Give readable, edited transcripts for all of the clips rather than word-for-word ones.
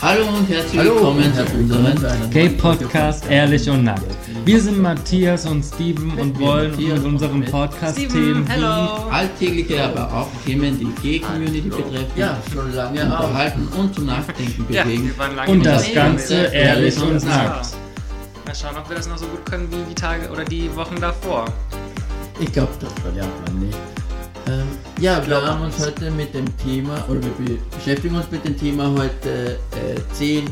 Hallo und herzlich willkommen zu unserem Gay-Podcast Ehrlich und Nackt. Wir sind Matthias und Steven und wollen mit unserem Podcast Themen wie alltägliche, aber auch Themen, die Gay-Community betreffen, schon lange unterhalten und zum Nachdenken bewegen. und das Ganze ehrlich und nackt. Mal schauen, ob wir das noch so gut können wie die Tage oder die Wochen davor. Ich glaube, das verlernt man nicht. Wir haben uns heute mit dem Thema, oder wir beschäftigen uns mit dem Thema heute 10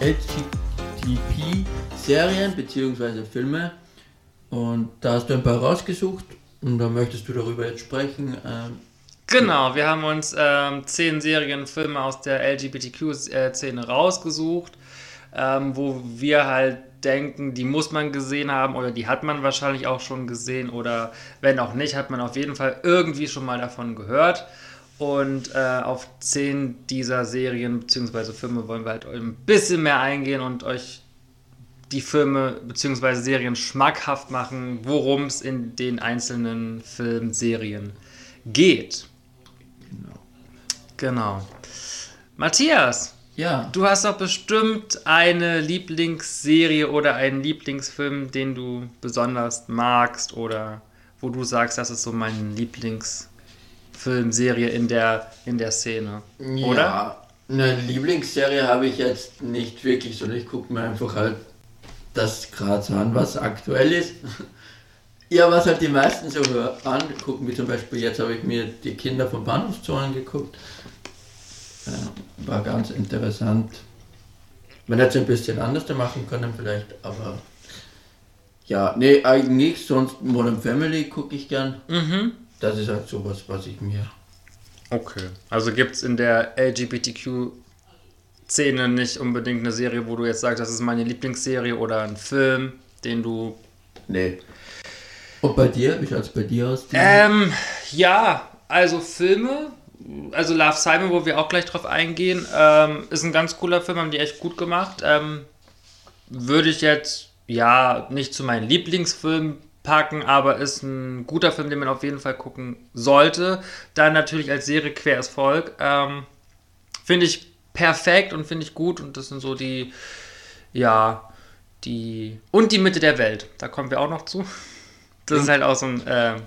LGBT-Serien bzw. Filme. Und da hast du ein paar rausgesucht und da möchtest du darüber jetzt sprechen. Genau, wir haben uns 10 Serienfilme aus der LGBTQ-Szene rausgesucht, wo wir halt denken, die muss man gesehen haben oder die hat man wahrscheinlich auch schon gesehen oder wenn auch nicht, hat man auf jeden Fall irgendwie schon mal davon gehört. Und auf 10 dieser Serien bzw. Filme wollen wir halt ein bisschen mehr eingehen und euch die Filme bzw. Serien schmackhaft machen, worum es in den einzelnen Filmserien geht. Genau. Matthias, Ja, du hast doch bestimmt eine Lieblingsserie oder einen Lieblingsfilm, den du besonders magst oder wo du sagst, das ist so meine Lieblingsfilmserie in der Szene, oder? Ja, eine Lieblingsserie habe ich jetzt nicht wirklich, sondern ich gucke mir einfach halt das gerade so an, was aktuell ist. Ja, was halt die meisten so angucken, wie zum Beispiel jetzt habe ich mir die Kinder vom Bahnhofszoo angeguckt. War ganz interessant. Man hätte es ein bisschen anders machen können vielleicht, aber ja, nee, eigentlich sonst Modern Family gucke ich gern. Mhm. Das ist halt sowas, was ich mir... Okay. Also gibt es in der LGBTQ-Szene nicht unbedingt eine Serie, wo du jetzt sagst, das ist meine Lieblingsserie oder ein Film, den du... Nee. Und bei dir? Wie schaut es bei dir aus? Ja, also Filme... Also Love, Simon, wo wir auch gleich drauf eingehen, ist ein ganz cooler Film, haben die echt gut gemacht. Würde ich jetzt, ja, nicht zu meinen Lieblingsfilmen packen, aber ist ein guter Film, den man auf jeden Fall gucken sollte. Dann natürlich als Serie Quer ist Volk. Finde ich perfekt und finde ich gut und das sind so die Mitte der Welt. Da kommen wir auch noch zu. Das ist halt auch so ein,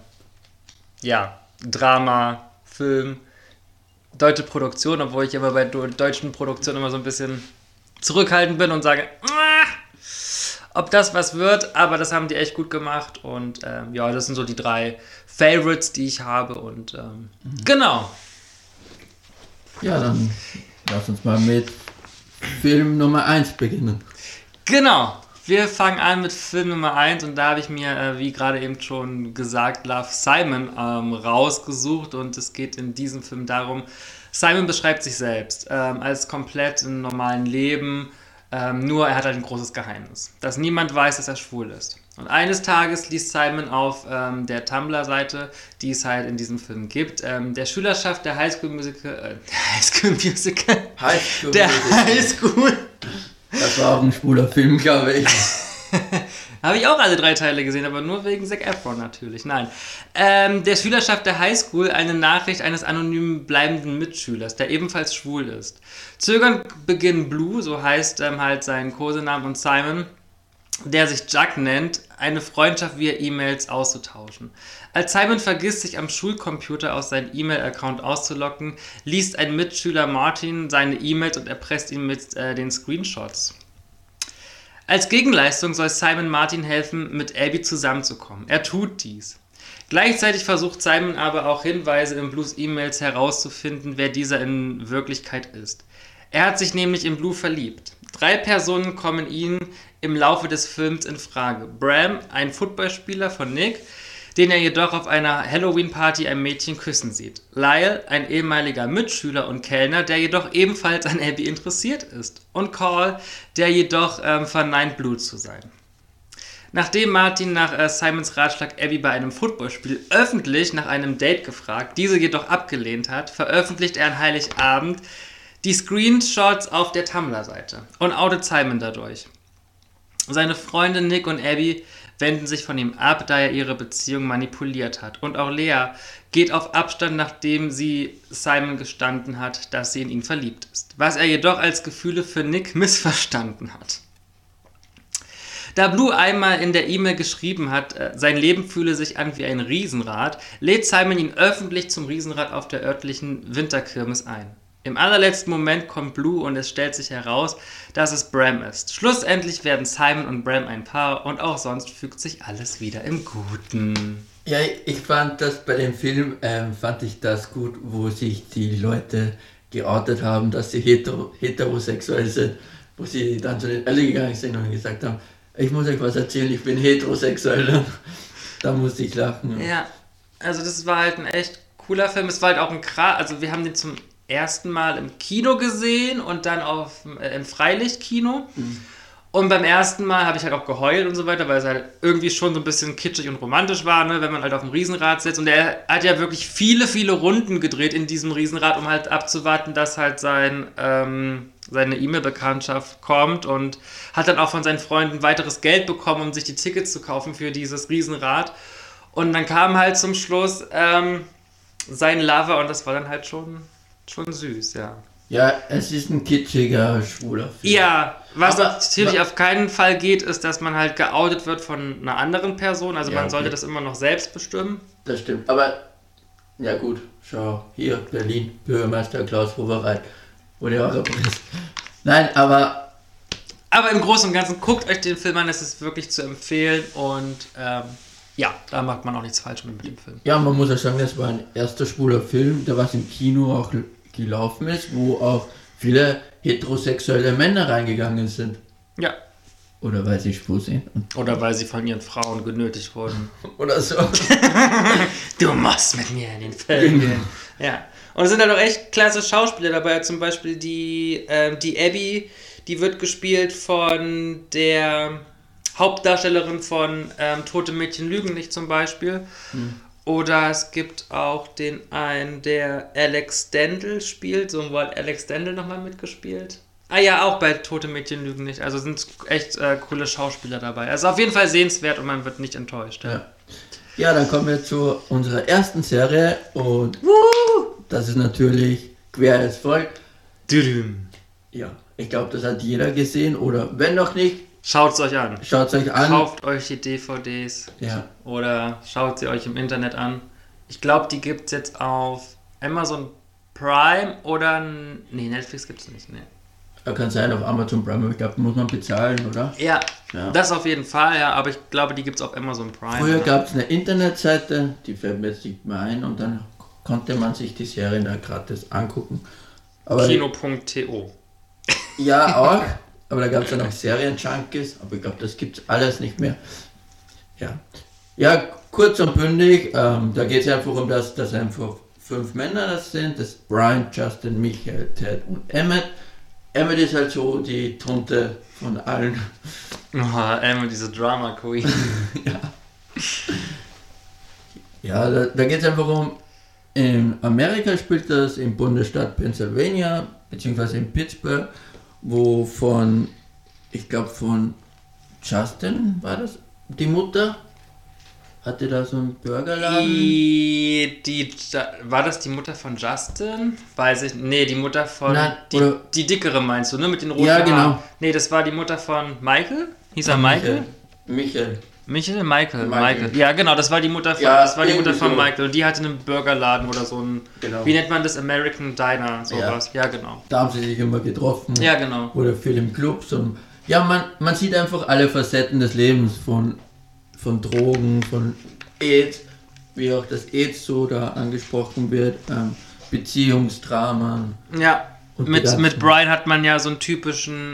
Drama, Film. Deutsche Produktion, obwohl ich immer bei deutschen Produktionen immer so ein bisschen zurückhaltend bin und sage, ob das was wird, aber das haben die echt gut gemacht und das sind so die 3 Favorites, die ich habe und genau. Ja, dann lass uns mal mit Film Nummer 1 beginnen. Genau, wir fangen an mit Film Nummer 1 und da habe ich mir, wie gerade eben schon gesagt, Love, Simon rausgesucht und es geht in diesem Film darum, Simon beschreibt sich selbst als komplett im normalen Leben, nur er hat halt ein großes Geheimnis, dass niemand weiß, dass er schwul ist. Und eines Tages liest Simon auf der Tumblr-Seite, die es halt in diesem Film gibt, der Schülerschaft der High School Musical. Das war auch ein schwuler Film, glaube ich. Habe ich auch alle 3 Teile gesehen, aber nur wegen Zac Efron natürlich. Nein. Der Schülerschaft der Highschool eine Nachricht eines anonymen bleibenden Mitschülers, der ebenfalls schwul ist. Zögernd beginnen Blue, so heißt halt sein Kosename, und Simon, der sich Jack nennt, eine Freundschaft via E-Mails auszutauschen. Als Simon vergisst, sich am Schulcomputer aus seinem E-Mail-Account auszuloggen, liest ein Mitschüler Martin seine E-Mails und erpresst ihn mit den Screenshots. Als Gegenleistung soll Simon Martin helfen, mit Abby zusammenzukommen. Er tut dies. Gleichzeitig versucht Simon aber auch Hinweise in Blues E-Mails herauszufinden, wer dieser in Wirklichkeit ist. Er hat sich nämlich in Blue verliebt. 3 Personen kommen ihm im Laufe des Films in Frage. Bram, ein Footballspieler von Nick, den er jedoch auf einer Halloween-Party ein Mädchen küssen sieht. Lyle, ein ehemaliger Mitschüler und Kellner, der jedoch ebenfalls an Abby interessiert ist. Und Carl, der jedoch verneint, Blut zu sein. Nachdem Martin nach Simons Ratschlag Abby bei einem Footballspiel öffentlich nach einem Date gefragt, diese jedoch abgelehnt hat, veröffentlicht er an Heiligabend die Screenshots auf der Tumblr-Seite und outet Simon dadurch. Seine Freunde Nick und Abby wenden sich von ihm ab, da er ihre Beziehung manipuliert hat. Und auch Lea geht auf Abstand, nachdem sie Simon gestanden hat, dass sie in ihn verliebt ist. Was er jedoch als Gefühle für Nick missverstanden hat. Da Blue einmal in der E-Mail geschrieben hat, sein Leben fühle sich an wie ein Riesenrad, lädt Simon ihn öffentlich zum Riesenrad auf der örtlichen Winterkirmes ein. Im allerletzten Moment kommt Blue und es stellt sich heraus, dass es Bram ist. Schlussendlich werden Simon und Bram ein Paar und auch sonst fügt sich alles wieder im Guten. Ja, ich fand das bei dem Film, fand ich das gut, wo sich die Leute geoutet haben, dass sie heterosexuell sind, wo sie dann zu den Eltern gegangen sind und gesagt haben, ich muss euch was erzählen, ich bin heterosexuell. Da musste ich lachen. Ja, also das war halt ein echt cooler Film. Es war halt auch also wir haben den zum ersten Mal im Kino gesehen und dann im Freilichtkino. Mhm. Und beim ersten Mal habe ich halt auch geheult und so weiter, weil es halt irgendwie schon so ein bisschen kitschig und romantisch war, ne, wenn man halt auf dem Riesenrad sitzt. Und er hat ja wirklich viele, viele Runden gedreht in diesem Riesenrad, um halt abzuwarten, dass halt seine E-Mail-Bekanntschaft kommt, und hat dann auch von seinen Freunden weiteres Geld bekommen, um sich die Tickets zu kaufen für dieses Riesenrad. Und dann kam halt zum Schluss sein Lover, und das war dann halt schon süß, ja. Ja, es ist ein kitschiger, schwuler Film. Ja, was natürlich auf keinen Fall geht, ist, dass man halt geoutet wird von einer anderen Person. Also man sollte das immer noch selbst bestimmen. Das stimmt, aber ja gut, schau, hier, Berlin, Bürgermeister Klaus Wowereit, wurde auch erpresst. Nein, aber im Großen und Ganzen, guckt euch den Film an, es ist wirklich zu empfehlen, und ja, da macht man auch nichts falsch mit dem Film. Ja, man muss ja sagen, das war ein erster schwuler Film, der was im Kino auch gelaufen ist, wo auch viele heterosexuelle Männer reingegangen sind. Ja. Oder weil sie schwul sind. Oder weil sie von ihren Frauen genötigt wurden. Oder so. Du musst mit mir in den Film gehen. Ja. Und es sind halt auch echt klasse Schauspieler dabei. Zum Beispiel die Abby, die wird gespielt von der Hauptdarstellerin von Tote Mädchen lügen nicht zum Beispiel. Oder es gibt auch den einen, der Alex Stendel spielt. So, wo hat Alex Stendel nochmal mitgespielt? Ah ja, auch bei Tote Mädchen lügen nicht. Also sind echt coole Schauspieler dabei. Also auf jeden Fall sehenswert und man wird nicht enttäuscht. Ja, dann kommen wir zu unserer ersten Serie, und das ist natürlich Quer als Volk. Ja, ich glaube, das hat jeder gesehen, oder wenn noch nicht, schaut es euch an. Kauft euch die DVDs. Ja. Oder schaut sie euch im Internet an. Ich glaube, die gibt es jetzt auf Amazon Prime oder... Nee, Netflix gibt es nicht. Nee. Kann sein auf Amazon Prime, aber ich glaube, muss man bezahlen, oder? Ja, das auf jeden Fall, ja. Aber ich glaube, die gibt es auf Amazon Prime. Früher gab es eine Internetseite, die fällt mir jetzt nicht mehr ein, und dann konnte man sich die Serien da gratis angucken. Kino.to. Ja, auch. Aber da gab es dann auch Serien-Junkies, aber ich glaube, das gibt es alles nicht mehr. Ja, kurz und bündig, da geht es einfach um das, dass einfach 5 Männer das sind, das ist Brian, Justin, Michael, Ted und Emmett. Emmett ist halt so die Tunte von allen. Oh, Emmett, diese Drama Queen. Ja, da geht es einfach um, in Amerika spielt das im Bundesstaat Pennsylvania, beziehungsweise in Pittsburgh, wo ich glaube von Justin war das, die Mutter, hatte da so einen Burgerladen. War das die Mutter von Justin? Weiß ich, nee, die Mutter von, Nein, die dickere meinst du, ne, mit den roten Haaren? Ja, genau. Nee, das war die Mutter von Michael? Hieß er Michael? Michael. Ja, genau, das war die Mutter von Michael. Und die hatte einen Burgerladen oder so ein, wie nennt man das, American Diner, sowas. Ja, genau. Da haben sie sich immer getroffen. Ja, genau. Oder viel im Club. Ja, man sieht einfach alle Facetten des Lebens, von Drogen, von AIDS, wie auch das AIDS so da angesprochen wird, Beziehungsdramen. Ja, mit Brian hat man ja so einen typischen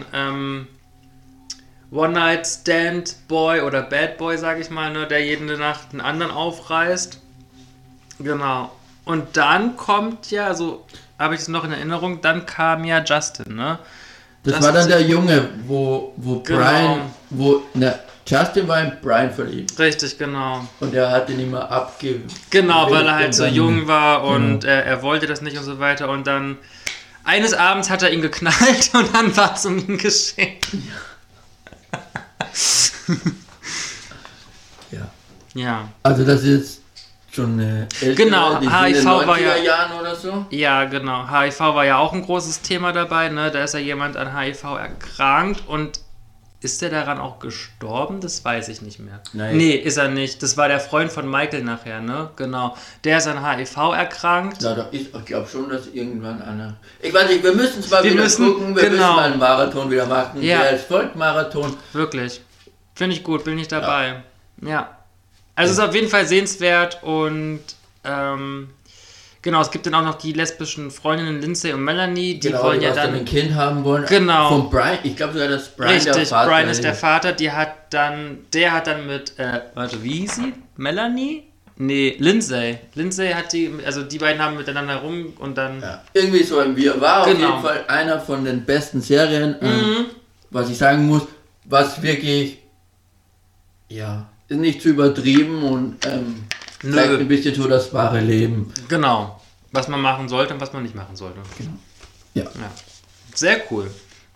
One-Night-Stand-Boy oder Bad Boy, sag ich mal, ne, der jede Nacht einen anderen aufreißt. Genau. Und dann kommt ja, so habe ich es noch in Erinnerung, dann kam ja Justin, ne? Das war dann der Junge, wo Brian, Justin war in Brian verliebt. Richtig, genau. Und er hat ihn immer abgewählt. Genau, weil er halt so jung war und er wollte das nicht und so weiter. Und dann, eines Abends hat er ihn geknallt und dann war es um ihn geschehen. Ja. Ja. Also das ist schon eine ältere, Genau, die HIV in den war 90er Jahren oder so. Ja, genau. HIV war ja auch ein großes Thema dabei, ne? Da ist ja jemand an HIV erkrankt und ist der daran auch gestorben? Das weiß ich nicht mehr. Nein. Nee, ist er nicht. Das war der Freund von Michael nachher, ne? Genau. Der ist an HIV erkrankt. Ja, ich glaube schon, dass irgendwann einer... Ich weiß nicht, wir müssen es mal wieder gucken. Wir genau. müssen mal einen Marathon wieder machen. Ja. Der Volk-Marathon. Wirklich. Finde ich gut, bin ich dabei. Ja. Also es ist auf jeden Fall sehenswert und genau, es gibt dann auch noch die lesbischen Freundinnen Lindsay und Melanie, die wollen ja dann ein Kind haben wollen. Genau. Von Brian, ich glaube sogar, dass Brian richtig, der Vater Brian ist der Vater, der hat dann mit, wie hieß sie? Melanie? Nee, Lindsay. Lindsay hat die beiden haben miteinander rum und dann... Ja, irgendwie so ein Wir war auf Genau. jeden Fall einer von den besten Serien, was ich sagen muss, was wirklich, ja, ist nicht zu übertrieben und zeigt ein bisschen so das wahre Leben. Genau. Was man machen sollte und was man nicht machen sollte. Genau. Ja. Sehr cool.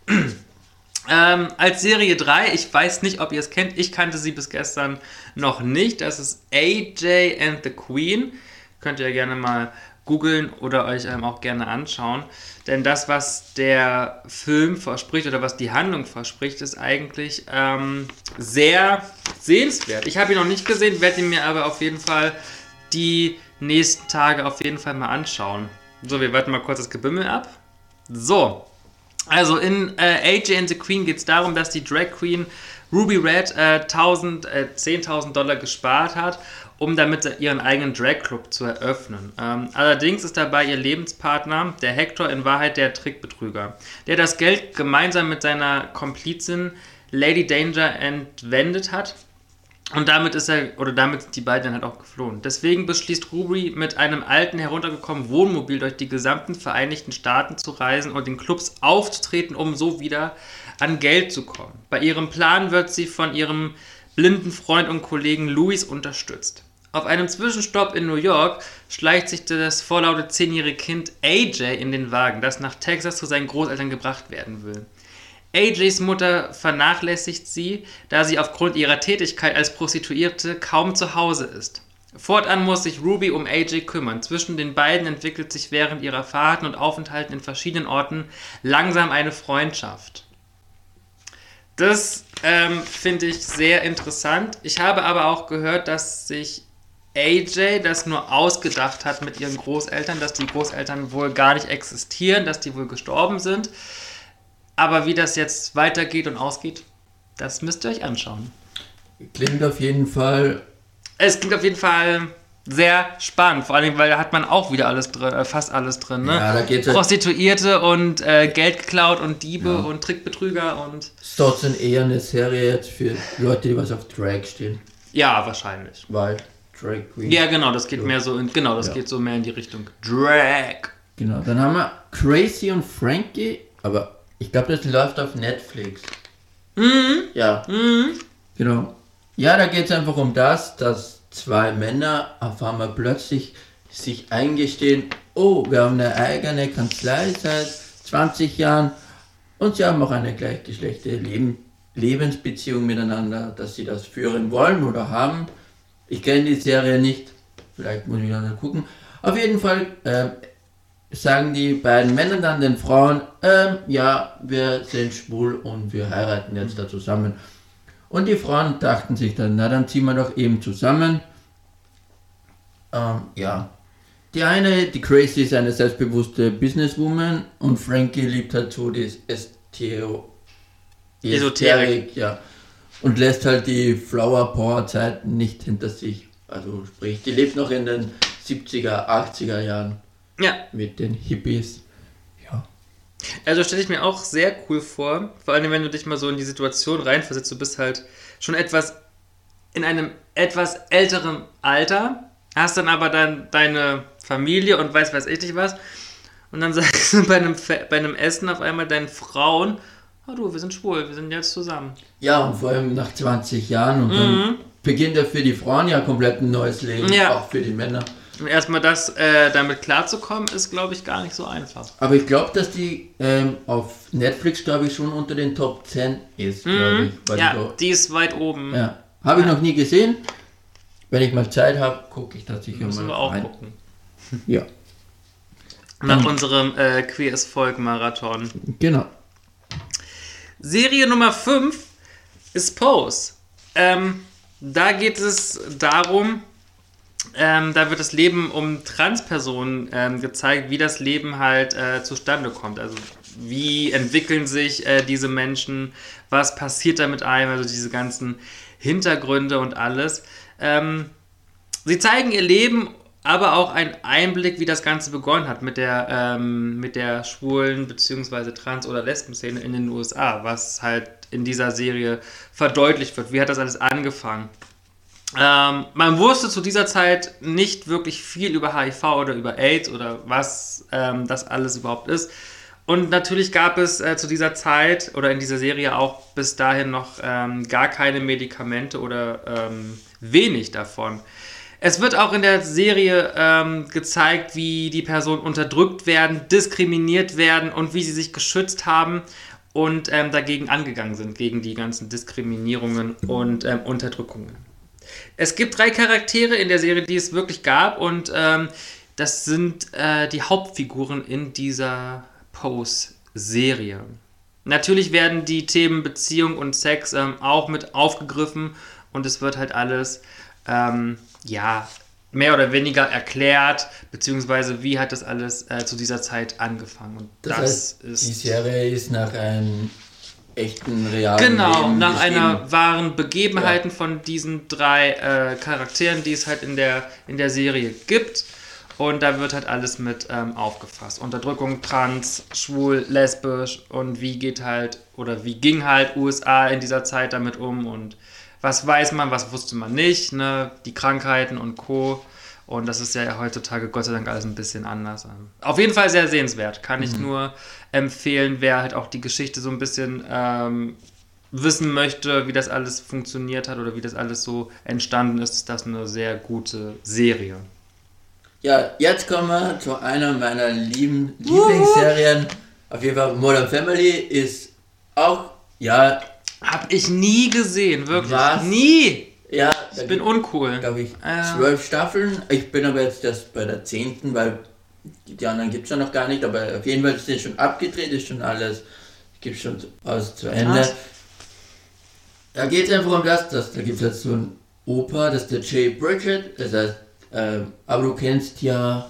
Als Serie 3, ich weiß nicht, ob ihr es kennt, ich kannte sie bis gestern noch nicht. Das ist AJ and the Queen. Könnt ihr gerne mal googeln oder euch auch gerne anschauen. Denn das, was der Film verspricht oder was die Handlung verspricht, ist eigentlich sehr sehenswert. Ich habe ihn noch nicht gesehen, werde ihn mir aber auf jeden Fall die nächsten Tage auf jeden Fall mal anschauen. So, wir warten mal kurz das Gebimmel ab. So, also in AJ and the Queen geht es darum, dass die Drag Queen Ruby Red $10.000 gespart hat, um damit ihren eigenen Drag Club zu eröffnen. Allerdings ist dabei ihr Lebenspartner, der Hector, in Wahrheit der Trickbetrüger, der das Geld gemeinsam mit seiner Komplizin Lady Danger entwendet hat. Und damit sind die beiden dann halt auch geflohen. Deswegen beschließt Ruby, mit einem alten, heruntergekommenen Wohnmobil durch die gesamten Vereinigten Staaten zu reisen und in Clubs aufzutreten, um so wieder an Geld zu kommen. Bei ihrem Plan wird sie von ihrem blinden Freund und Kollegen Louis unterstützt. Auf einem Zwischenstopp in New York schleicht sich das vorlaute 10-jährige Kind AJ in den Wagen, das nach Texas zu seinen Großeltern gebracht werden will. AJs Mutter vernachlässigt sie, da sie aufgrund ihrer Tätigkeit als Prostituierte kaum zu Hause ist. Fortan muss sich Ruby um AJ kümmern. Zwischen den beiden entwickelt sich während ihrer Fahrten und Aufenthalten in verschiedenen Orten langsam eine Freundschaft. Das finde ich sehr interessant. Ich habe aber auch gehört, dass sich AJ das nur ausgedacht hat mit ihren Großeltern, dass die Großeltern wohl gar nicht existieren, dass die wohl gestorben sind. Aber wie das jetzt weitergeht und ausgeht, das müsst ihr euch anschauen. Klingt auf jeden Fall... Es klingt auf jeden Fall sehr spannend, vor allem, weil da hat man auch wieder alles drin, fast alles drin, ne? Ja, da geht's halt Prostituierte und Geld geklaut und Diebe und Trickbetrüger und... Ist trotzdem eher eine Serie jetzt für Leute, die was auf Drag stehen. Ja, wahrscheinlich. Weil Drag Queen. Ja, genau, das geht mehr so in, geht so mehr in die Richtung Drag. Genau, dann haben wir Crazy und Frankie, aber ich glaube, das läuft auf Netflix. Ja. Genau. Ja, da geht es einfach um das, dass zwei Männer auf einmal plötzlich sich eingestehen, oh, wir haben eine eigene Kanzlei seit 20 Jahren und sie haben auch eine gleichgeschlechtliche Lebensbeziehung miteinander, dass sie das führen wollen oder haben. Ich kenne die Serie nicht, vielleicht muss ich noch gucken. Auf jeden Fall sagen die beiden Männer dann den Frauen, ja, wir sind schwul und wir heiraten jetzt da zusammen. Und die Frauen dachten sich dann, na dann ziehen wir doch eben zusammen. Ja. Die eine, die Crazy, ist eine selbstbewusste Businesswoman und Frankie liebt halt so das Esoterik, ja. Und lässt halt die Flower Power Zeiten nicht hinter sich. Also sprich, die lebt noch in den 70er, 80er Jahren. Ja. Mit den Hippies. Ja. Also stelle ich mir auch sehr cool vor, vor allem wenn du dich mal so in die Situation reinversetzt, du bist halt schon in einem etwas älteren Alter, hast dann aber dann deine Familie und weiß ich nicht was und dann sagst du bei einem Essen auf einmal deinen Frauen, oh du, wir sind schwul, wir sind jetzt zusammen. Ja, und vor allem nach 20 Jahren und dann beginnt ja für die Frauen ja komplett ein neues Leben, auch für die Männer. Und erstmal damit klarzukommen, ist, glaube ich, gar nicht so einfach. Aber ich glaube, dass die auf Netflix, glaube ich, schon unter den Top 10 ist, glaube ich. Ja, die ist weit oben. Ja. Habe ich noch nie gesehen. wenn ich mal Zeit habe, gucke ich das sicher Müssen mal wir auch rein. gucken. Ja. Nach unserem Queer as Folk Marathon. Genau. Serie Nummer 5 ist Pose. Da geht es darum, da wird das Leben um Transpersonen gezeigt, wie das Leben halt zustande kommt. Also wie entwickeln sich diese Menschen, was passiert da mit einem, also diese ganzen Hintergründe und alles. Sie zeigen ihr Leben, aber auch einen Einblick, wie das Ganze begonnen hat mit der schwulen bzw. Trans- oder Lesben-Szene in den USA, was halt in dieser Serie verdeutlicht wird. Wie hat das alles angefangen? Man wusste zu dieser Zeit nicht wirklich viel über HIV oder über AIDS oder was das alles überhaupt ist. Und natürlich gab es zu dieser Zeit oder in dieser Serie auch bis dahin noch gar keine Medikamente oder wenig davon. Es wird auch in der Serie gezeigt, wie die Personen unterdrückt werden, diskriminiert werden und wie sie sich geschützt haben und dagegen angegangen sind, gegen die ganzen Diskriminierungen und Unterdrückungen. Es gibt 3 Charaktere in der Serie, die es wirklich gab und das sind die Hauptfiguren in dieser Pose-Serie. Natürlich werden die Themen Beziehung und Sex auch mit aufgegriffen und es wird halt alles mehr oder weniger erklärt, beziehungsweise wie hat das alles zu dieser Zeit angefangen. Und das heißt, die Serie ist nach einem echten, realen Leben nach geschrieben. einer wahren Begebenheiten von diesen 3 Charakteren, die es halt in der Serie gibt. Und da wird halt alles mit aufgefasst. Unterdrückung, trans, schwul, lesbisch und wie ging halt USA in dieser Zeit damit um und was weiß man, was wusste man nicht, ne? Die Krankheiten und Co. Und das ist ja heutzutage Gott sei Dank alles ein bisschen anders. Auf jeden Fall sehr sehenswert. Kann ich nur empfehlen, wer halt auch die Geschichte so ein bisschen wissen möchte, wie das alles funktioniert hat oder wie das alles so entstanden ist, ist das eine sehr gute Serie. Ja, jetzt kommen wir zu einer meiner Lieblingsserien. Auf jeden Fall Modern Family ist auch, ja... Hab ich nie gesehen, wirklich. Was? Nie! Ja, ich bin uncool. Glaube ich, 12 Staffeln. Ich bin aber jetzt erst bei der 10., weil die anderen gibt es ja noch gar nicht, aber auf jeden Fall ist es schon abgedreht, ist schon alles, gibt schon aus zu Ende. Was? Da geht es einfach um das, da gibt es jetzt so ein Opa, das ist der Jay Bridget, das heißt, aber du kennst ja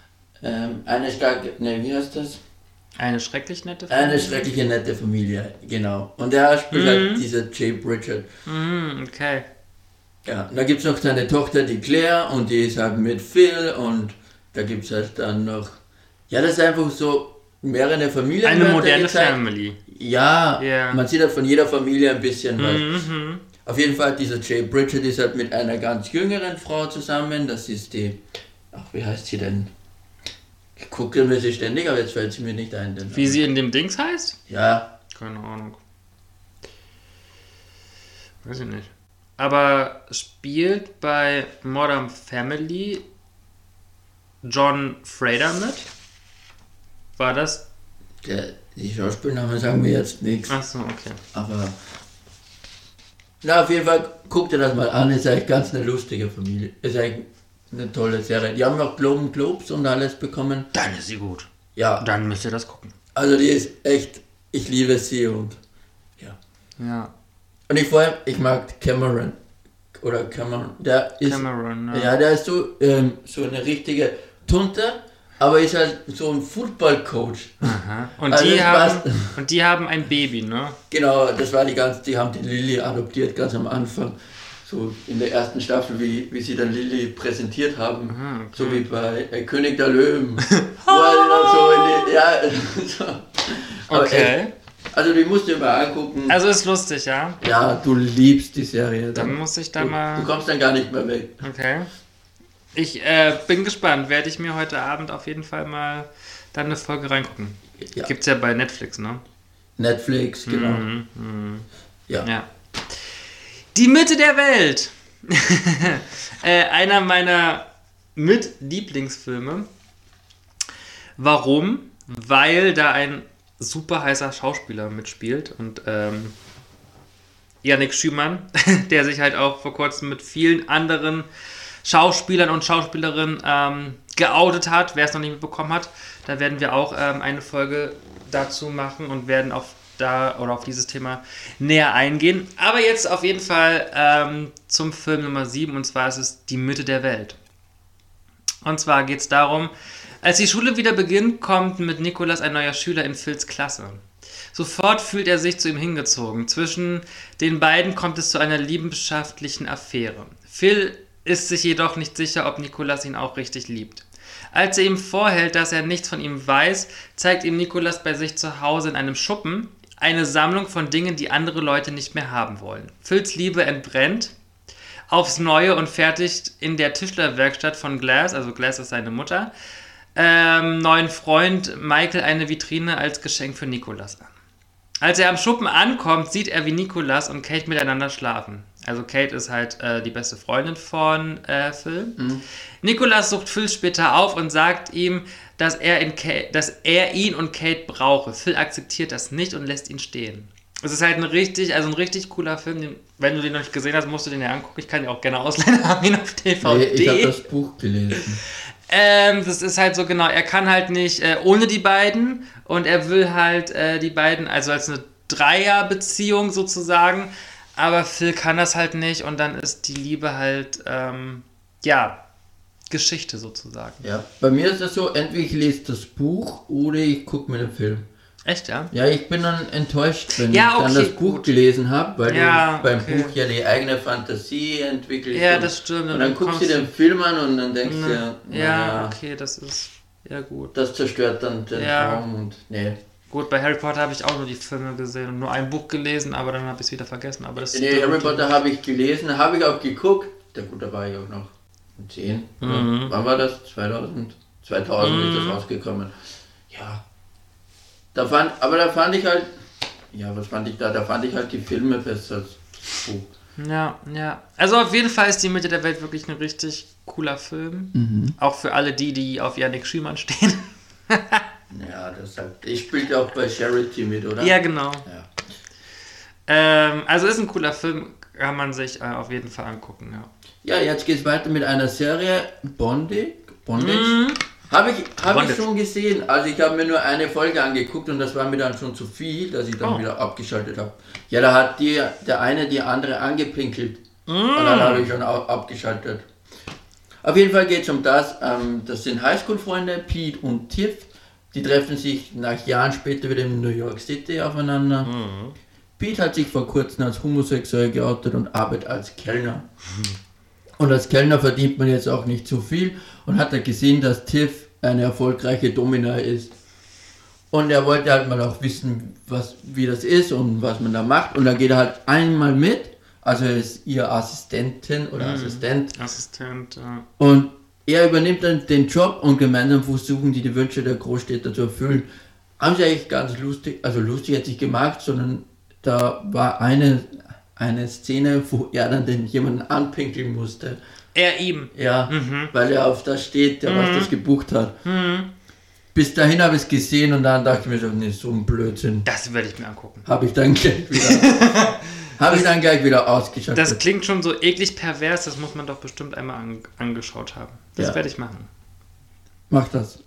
wie heißt das? Eine schrecklich nette Familie? Eine schreckliche nette Familie, genau. Und der spielt halt dieser Jay Bridget. Okay. Ja, und da gibt es noch seine Tochter, die Claire, und die ist halt mit Phil, und da gibt es halt dann noch, ja, das ist einfach so mehrere Familien. Eine moderne Family. Ja, yeah. Man sieht halt von jeder Familie ein bisschen was. Auf jeden Fall, dieser Jay Bridget ist halt mit einer ganz jüngeren Frau zusammen, das ist die, wie heißt sie denn? Ich gucke mir sie ständig, aber jetzt fällt sie mir nicht ein. Wie sie in dem Dings heißt? Ja. Keine Ahnung. Weiß ich nicht. Aber spielt bei Modern Family John Fraser mit? War das? Die Schauspielnamen sagen mir jetzt nichts. Ach so, okay. Aber na, auf jeden Fall guckt ihr das mal an, ist eigentlich ganz eine lustige Familie. Ist eigentlich eine tolle Serie. Die haben noch Golden Globes und alles bekommen. Dann ist sie gut. Ja. Dann müsst ihr das gucken. Also die ist echt, ich liebe sie und ja. Ja. Und ich mag Cameron. Oder Cameron. Der ist, Cameron, ja. Ja, der ist so eine richtige Tunte, aber ist halt so ein Football-Coach. Aha. Und, also die haben ein Baby, ne? Genau, das war die haben die Lilly adoptiert ganz am Anfang. So in der ersten Staffel, wie sie dann Lilly präsentiert haben. Aha, okay. So wie bei König der Löwen. So. Okay. Echt, also die musst du mal angucken. Also ist lustig, ja? Ja, du liebst die Serie. Dann muss ich da mal... Du kommst dann gar nicht mehr weg. Okay. Ich bin gespannt. Werde ich mir heute Abend auf jeden Fall mal dann eine Folge reingucken. Ja. Gibt's ja bei Netflix, ne? Netflix, genau. Ja. Die Mitte der Welt. Einer meiner Lieblingsfilme. Warum? Weil da ein super heißer Schauspieler mitspielt und Yannick Schümann, der sich halt auch vor kurzem mit vielen anderen Schauspielern und Schauspielerinnen geoutet hat, wer es noch nicht mitbekommen hat. Da werden wir auch eine Folge dazu machen und werden auf dieses Thema näher eingehen. Aber jetzt auf jeden Fall zum Film Nummer 7, und zwar ist es Die Mitte der Welt. Und zwar geht es darum, als die Schule wieder beginnt, kommt mit Nicolas ein neuer Schüler in Phils Klasse. Sofort fühlt er sich zu ihm hingezogen. Zwischen den beiden kommt es zu einer liebenschaftlichen Affäre. Phil ist sich jedoch nicht sicher, ob Nicolas ihn auch richtig liebt. Als er ihm vorhält, dass er nichts von ihm weiß, zeigt ihm Nicolas bei sich zu Hause in einem Schuppen eine Sammlung von Dingen, die andere Leute nicht mehr haben wollen. Phils Liebe entbrennt aufs Neue und fertigt in der Tischlerwerkstatt von Glass, also Glass ist seine Mutter, neuen Freund Michael eine Vitrine als Geschenk für Nicolas an. Als er am Schuppen ankommt, sieht er, wie Nicolas und Kate miteinander schlafen. Also Kate ist halt die beste Freundin von Phil. Mhm. Nicolas sucht Phil später auf und sagt ihm, dass er ihn und Kate brauche. Phil akzeptiert das nicht und lässt ihn stehen. Es ist halt ein richtig cooler Film. Wenn du den noch nicht gesehen hast, musst du den ja angucken. Ich kann dir auch gerne ausleihen, haben ihn auf DVD. Nee, ich habe das Buch gelesen. Das ist halt so, genau, er kann halt nicht ohne die beiden und er will halt die beiden, also als eine Dreierbeziehung sozusagen, aber Phil kann das halt nicht und dann ist die Liebe halt, Geschichte sozusagen. Ja, bei mir ist das so, entweder ich lese das Buch oder ich gucke mir den Film. Echt, ja? Ja, ich bin dann enttäuscht, wenn ich dann das Buch gelesen habe, weil du beim Buch ja die eigene Fantasie entwickelst. Ja, das stimmt. Und dann guckst du den Film an und dann denkst du okay, das ist gut. Das zerstört dann den Traum und Gut, bei Harry Potter habe ich auch nur die Filme gesehen und nur ein Buch gelesen, aber dann habe ich es wieder vergessen. Aber Harry Potter habe ich gelesen, habe ich auch geguckt. Ja gut, da war ich auch noch 10. Mhm. Wann war das? 2000 ist das rausgekommen. Ja. Da fand ich halt, was fand ich da? Da fand ich halt die Filme besser als das Buch. Ja. Also auf jeden Fall ist Die Mitte der Welt wirklich ein richtig cooler Film. Mhm. Auch für alle die auf Yannick Schümann stehen. Ja, ich spiele auch bei Charity mit, oder? Ja, genau. Ja. Also ist ein cooler Film, kann man sich auf jeden Fall angucken, ja. Ja, jetzt geht's weiter mit einer Serie, Bondage. Habe ich schon gesehen. Also ich habe mir nur eine Folge angeguckt und das war mir dann schon zu viel, dass ich dann wieder abgeschaltet habe. Ja, da hat der eine die andere angepinkelt. Und dann habe ich schon abgeschaltet. Auf jeden Fall geht es um das. Das sind Highschool-Freunde, Pete und Tiff. Die treffen sich nach Jahren später wieder in New York City aufeinander. Mhm. Pete hat sich vor kurzem als homosexuell geoutet und arbeitet als Kellner. Und als Kellner verdient man jetzt auch nicht so viel und hat er gesehen, dass Tiff eine erfolgreiche Domina ist. Und er wollte halt mal auch wissen, wie das ist und was man da macht. Und dann geht er halt einmal mit, also er ist ihr Assistentin oder Assistent. Assistent, ja. Und er übernimmt dann den Job und gemeinsam versuchen die Wünsche der Großstädter zu erfüllen. Haben sie eigentlich ganz lustig, also lustig hat sich gemacht, sondern da war eine Szene, wo er dann jemanden anpinkeln musste. Er ihm? Ja, weil er auf das steht, der was das gebucht hat. Bis dahin habe ich es gesehen und dann dachte ich mir so, nee, so ein Blödsinn. Das werde ich mir angucken. Habe ich dann gleich wieder ausgeschaltet. Das klingt schon so eklig pervers, das muss man doch bestimmt einmal angeschaut haben. Das werde ich machen. Mach das.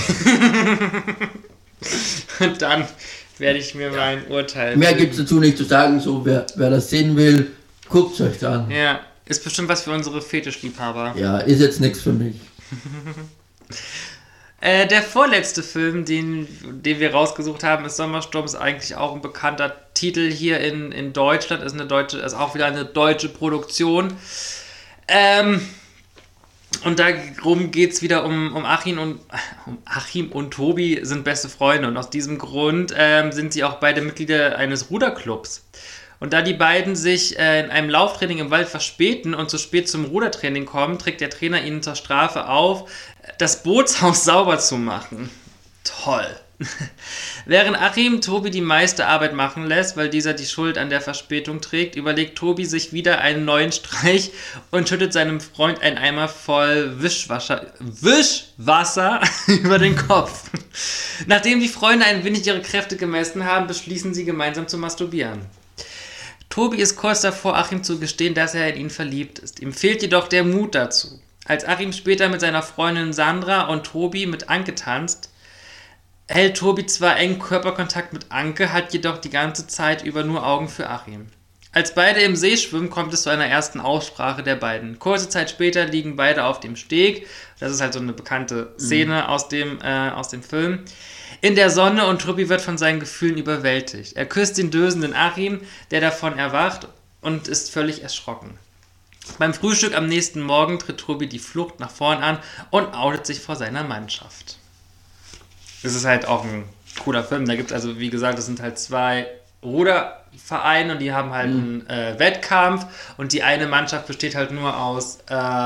Und dann werde ich mir mein Urteil... Mehr gibt es dazu nicht zu sagen, so wer das sehen will, guckt es euch an. Ja, ist bestimmt was für unsere Fetischliebhaber. Ja, ist jetzt nichts für mich. Der vorletzte Film, den wir rausgesucht haben, ist Sommersturm, ist eigentlich auch ein bekannter Titel hier in Deutschland, ist auch wieder eine deutsche Produktion. Und darum geht es wieder um Achim und Tobi sind beste Freunde und aus diesem Grund sind sie auch beide Mitglieder eines Ruderclubs. Und da die beiden sich in einem Lauftraining im Wald verspäten und zu spät zum Rudertraining kommen, trägt der Trainer ihnen zur Strafe auf, das Bootshaus sauber zu machen. Toll. Während Achim Tobi die meiste Arbeit machen lässt, weil dieser die Schuld an der Verspätung trägt, überlegt Tobi sich wieder einen neuen Streich und schüttet seinem Freund einen Eimer voll Wischwasser über den Kopf. Nachdem die Freunde ein wenig ihre Kräfte gemessen haben, beschließen sie gemeinsam zu masturbieren. Tobi ist kurz davor, Achim zu gestehen, dass er in ihn verliebt ist. Ihm fehlt jedoch der Mut dazu. Als Achim später mit seiner Freundin Sandra und Tobi mit Anke tanzt, hält Tobi zwar engen Körperkontakt mit Anke, hat jedoch die ganze Zeit über nur Augen für Achim. Als beide im See schwimmen, kommt es zu einer ersten Aussprache der beiden. Kurze Zeit später liegen beide auf dem Steg. Das ist halt so eine bekannte Szene aus dem Film. In der Sonne und Tobi wird von seinen Gefühlen überwältigt. Er küsst den dösenden Achim, der davon erwacht und ist völlig erschrocken. Beim Frühstück am nächsten Morgen tritt Tobi die Flucht nach vorn an und outet sich vor seiner Mannschaft. Das ist halt auch ein cooler Film. Da gibt es also, wie gesagt, das sind halt 2 Rudervereine und die haben halt einen Wettkampf und die eine Mannschaft besteht halt nur aus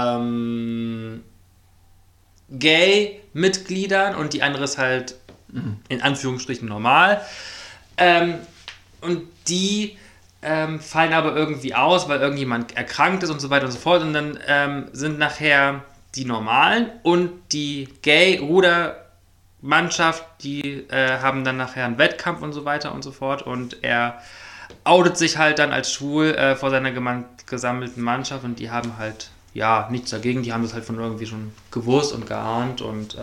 Gay-Mitgliedern und die andere ist halt in Anführungsstrichen normal. Und die fallen aber irgendwie aus, weil irgendjemand erkrankt ist und so weiter und so fort. Und dann sind nachher die Normalen und die Gay-Ruder-Mannschaft, die haben dann nachher einen Wettkampf und so weiter und so fort. Und er outet sich halt dann als schwul vor seiner gesammelten Mannschaft und die haben halt, ja, nichts dagegen. Die haben das halt von irgendwie schon gewusst und geahnt und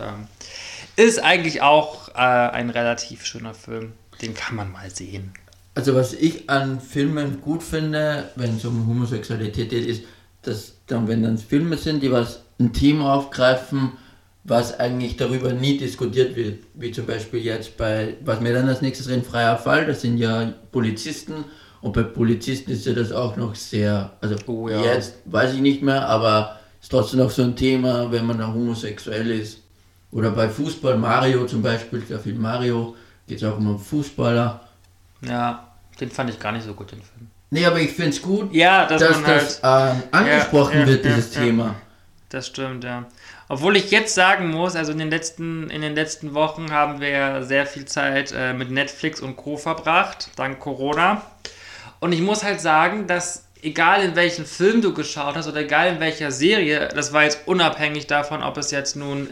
ist eigentlich auch ein relativ schöner Film. Den kann man mal sehen. Also was ich an Filmen gut finde, wenn es um Homosexualität geht, ist, dass dann, wenn dann Filme sind, die ein Thema aufgreifen, was eigentlich darüber nie diskutiert wird. Wie zum Beispiel jetzt was wir dann als nächstes reden, Freier Fall, das sind ja Polizisten und bei Polizisten ist ja das auch noch sehr, also jetzt weiß ich nicht mehr, aber ist trotzdem noch so ein Thema, wenn man da homosexuell ist. Oder bei Fußball, Mario zum Beispiel, der Film Mario, geht es auch um einen Fußballer. Ja, den fand ich gar nicht so gut, den Film. Nee, aber ich finde es gut, ja, dass das halt, angesprochen wird, dieses Thema. Das stimmt, ja. Obwohl ich jetzt sagen muss, also in den letzten Wochen haben wir ja sehr viel Zeit mit Netflix und Co. verbracht, dank Corona. Und ich muss halt sagen, dass egal in welchen Film du geschaut hast oder egal in welcher Serie, das war jetzt unabhängig davon, ob es jetzt nun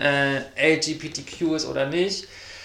LGBTQ ist oder nicht,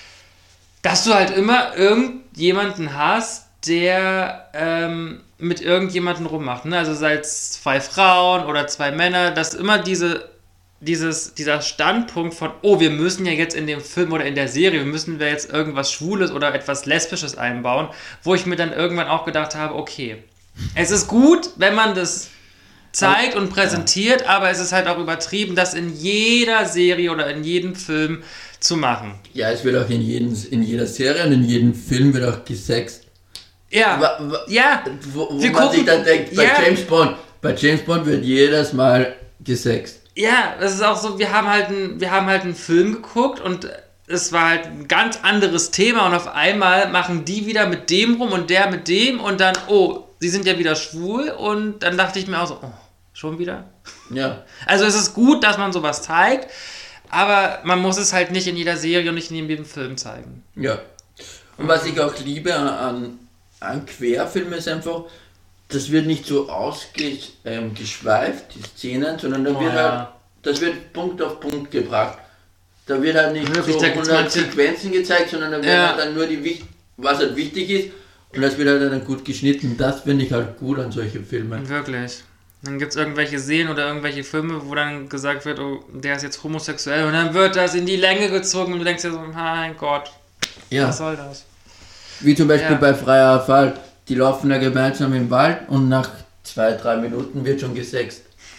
dass du halt immer irgendjemanden hast, der mit irgendjemandem rummacht. Ne? Also sei es 2 Frauen oder 2 Männer, dass immer dieser Standpunkt von, oh, wir müssen ja jetzt in dem Film oder in der Serie, müssen wir jetzt irgendwas Schwules oder etwas Lesbisches einbauen, wo ich mir dann irgendwann auch gedacht habe, okay, es ist gut, wenn man das zeigt und präsentiert, aber es ist halt auch übertrieben, das in jeder Serie oder in jedem Film zu machen. Ja, es wird auch in jeder Serie und in jedem Film wird auch gesext. Ja, Wo man sich dann denkt, bei James Bond wird jedes Mal gesext. Ja, das ist auch so, wir haben halt einen Film geguckt und es war halt ein ganz anderes Thema und auf einmal machen die wieder mit dem rum und der mit dem und dann, oh, sie sind ja wieder schwul und dann dachte ich mir auch so, oh, schon wieder? Ja. Also es ist gut, dass man sowas zeigt, aber man muss es halt nicht in jeder Serie und nicht in jedem Film zeigen. Ja. Und was ich auch liebe an Querfilmen ist einfach, das wird nicht so ausgeschweift, die Szenen, sondern das wird Punkt auf Punkt gebracht. Da wird halt nicht wirklich, so 100 Sequenzen gezeigt, sondern da wird halt dann nur was halt wichtig ist und das wird halt dann gut geschnitten. Das finde ich halt gut an solchen Filmen. Wirklich. Dann gibt es irgendwelche Szenen oder irgendwelche Filme, wo dann gesagt wird, oh, der ist jetzt homosexuell und dann wird das in die Länge gezogen und du denkst dir so, mein Gott, was soll das? Wie zum Beispiel bei Freier Fall. Die laufen da gemeinsam im Wald und nach 2-3 Minuten wird schon gesext.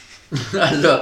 Also,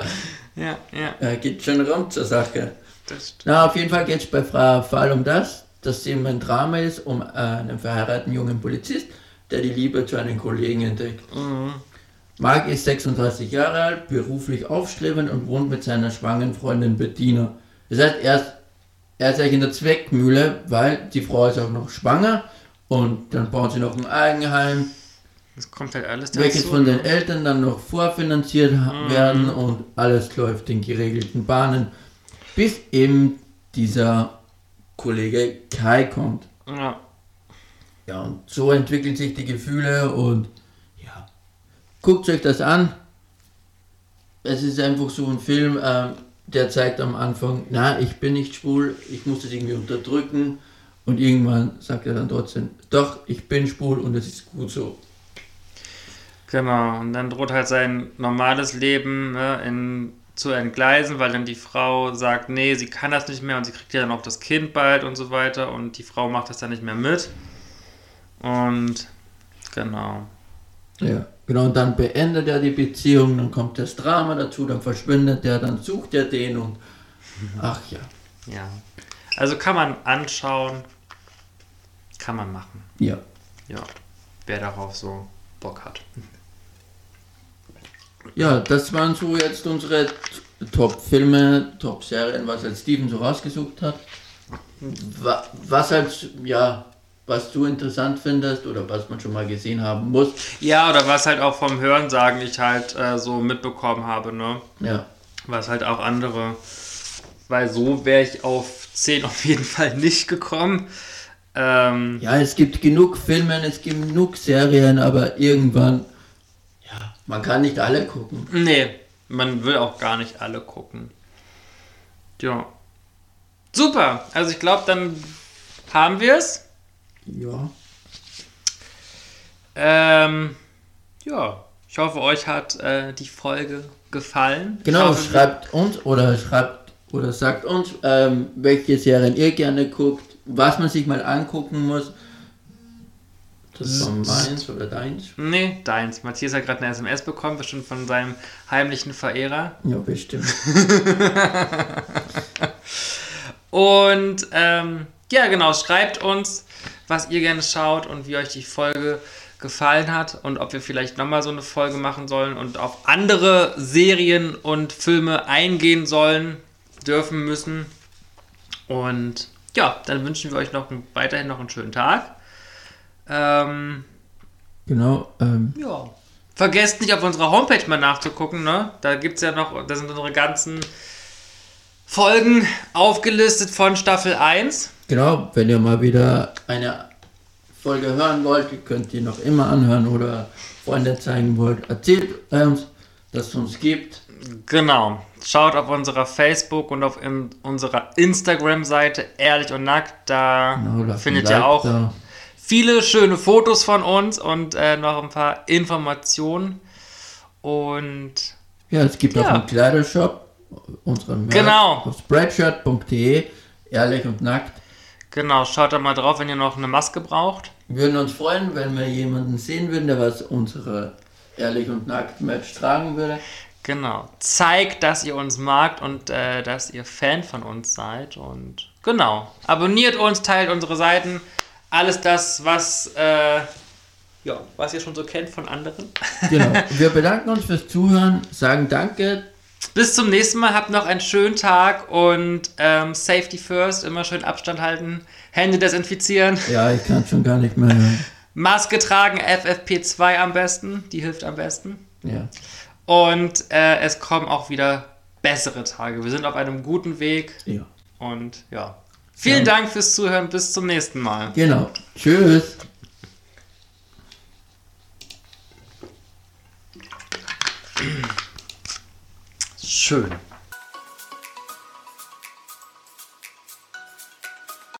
geht schon rum zur Sache. Na, auf jeden Fall geht es bei Freier Fall um dass eben ein Drama ist, um einen verheirateten jungen Polizist, der die Liebe zu einem Kollegen entdeckt. Mhm. Mark ist 36 Jahre alt, beruflich aufstrebend und wohnt mit seiner schwangeren Freundin Bettina. Das heißt, er ist eigentlich in der Zwickmühle, weil die Frau ist auch noch schwanger. Und dann bauen sie noch ein Eigenheim. Das kommt halt alles dazu. Welches von den Eltern dann noch vorfinanziert werden und alles läuft in geregelten Bahnen. Bis eben dieser Kollege Kai kommt. Ja. Ja, und so entwickeln sich die Gefühle und ja. Guckt euch das an. Es ist einfach so ein Film, der zeigt am Anfang, na, ich bin nicht schwul, ich muss das irgendwie unterdrücken. Und irgendwann sagt er dann trotzdem, doch, ich bin schwul und es ist gut so. Genau, und dann droht halt sein normales Leben in zu entgleisen, weil dann die Frau sagt, nee, sie kann das nicht mehr und sie kriegt ja dann auch das Kind bald und so weiter und die Frau macht das dann nicht mehr mit. Und genau. Ja, genau, und dann beendet er die Beziehung, dann kommt das Drama dazu, dann verschwindet er, dann sucht er den und ach ja. Ja. Also kann man anschauen, kann man machen. Ja. Ja, wer darauf so Bock hat. Ja, das waren so jetzt unsere Top-Filme, Top-Serien, was halt Steven so rausgesucht hat. Was halt, ja, was du interessant findest oder was man schon mal gesehen haben muss. Ja, oder was halt auch vom Hörensagen ich halt so mitbekommen habe, ne? Ja. Was halt auch andere, weil so wäre ich auf 10 auf jeden Fall nicht gekommen. Ja, es gibt genug Filme, es gibt genug Serien, aber irgendwann, ja, man kann nicht alle gucken. Nee, man will auch gar nicht alle gucken. Ja. Super, also ich glaube, dann haben wir es. Ja. Ja, ich hoffe, euch hat die Folge gefallen. Genau, hoffe, schreibt uns oder sagt uns, welche Serien ihr gerne guckt, was man sich mal angucken muss. Das war meins oder deins? Nee, deins. Matthias hat gerade eine SMS bekommen, bestimmt von seinem heimlichen Verehrer. Ja, bestimmt. Und ja, genau, schreibt uns, was ihr gerne schaut und wie euch die Folge gefallen hat und ob wir vielleicht nochmal so eine Folge machen sollen und auf andere Serien und Filme eingehen sollen, dürfen, müssen. Und ja, dann wünschen wir euch weiterhin noch einen schönen Tag. Genau. Ja. Vergesst nicht auf unserer Homepage mal nachzugucken, ne? Da gibt's ja noch, da sind unsere ganzen Folgen aufgelistet von Staffel 1. Genau, wenn ihr mal wieder eine Folge hören wollt, könnt ihr noch immer anhören oder Freunde zeigen wollt, erzählt uns, dass es uns gibt. Genau. Schaut auf unserer Facebook und auf unserer Instagram-Seite Ehrlich und Nackt. Da Genau, findet ihr auch viele schöne Fotos von uns und noch ein paar Informationen. Und ja, es gibt auch einen Kleidershop, unseren Merch genau. auf spreadshirt.de, ehrlich und nackt. Genau, schaut da mal drauf, wenn ihr noch eine Maske braucht. Wir würden uns freuen, wenn wir jemanden sehen würden, der was unsere ehrlich und nackt Merch tragen würde. Genau. Zeigt, dass ihr uns magt und dass ihr Fan von uns seid. Und genau. Abonniert uns, teilt unsere Seiten. Alles das, was ihr schon so kennt von anderen. Genau. Wir bedanken uns fürs Zuhören, sagen Danke. Bis zum nächsten Mal. Habt noch einen schönen Tag und Safety first. Immer schön Abstand halten. Hände desinfizieren. Ja, ich kann schon gar nicht mehr hören. Maske tragen, FFP2 am besten. Die hilft am besten. Ja. Und es kommen auch wieder bessere Tage. Wir sind auf einem guten Weg. Ja. Und ja. Vielen Dank fürs Zuhören. Bis zum nächsten Mal. Genau. Tschüss. Schön.